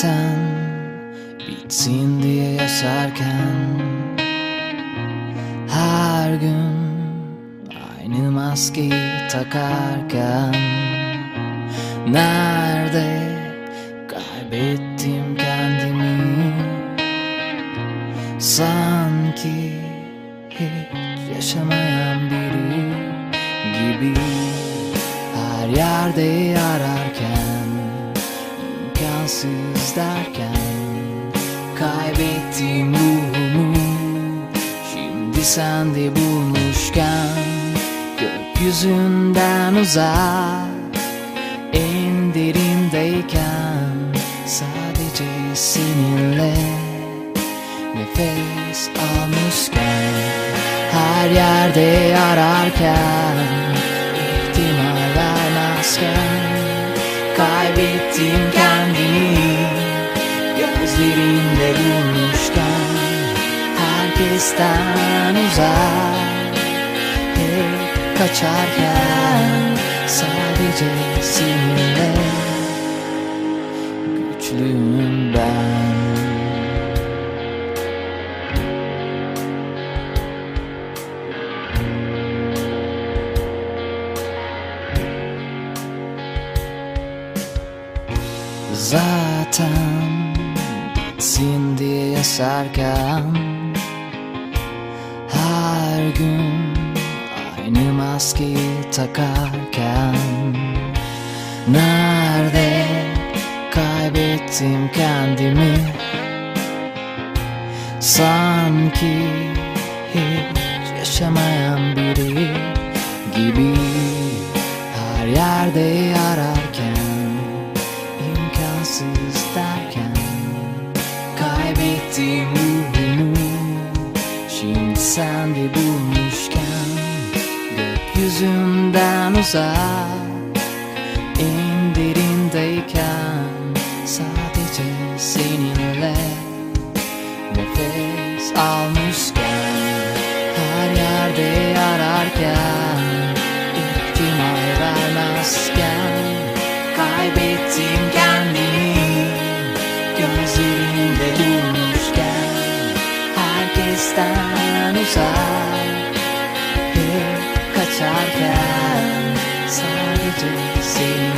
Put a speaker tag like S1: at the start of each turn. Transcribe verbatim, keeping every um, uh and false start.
S1: Zaten bitsin diye yaşarken her gün aynı maskeyi takarken nerede kaybettim kendimi, sanki hiç yaşamayan biri gibi. Her yerde ararken, imkansız derken kaybettim ruhumu. Şimdi sende bulmuşken, gökyüzünden uzak, en derindeyken, sadece seninle nefes almışken, her yerde ararken, ihtimal vermezken kaybettim kendimi. Gözlerinde bulmuşken, herkesten uzak, hep kaçarken, sadece seninle güçlüyüm ben. Zaten bitsin diye yaşarken her gün aynı maskeyi takarken nerede kaybettim kendimi, sanki hiç yaşamayan biri gibi. Her yerde ararken, imkansız derken kaybettim ruhumu. Şimdi sende bulmuşken, gökyüzünden uzak, en derindeyken, sadece seninle nefes almışken, her yerde ararken, ihtimal vermezken kaybettim kendimi. Gözlerinde durmuşken, herkesten uzak, hep kaçarken, sadece seni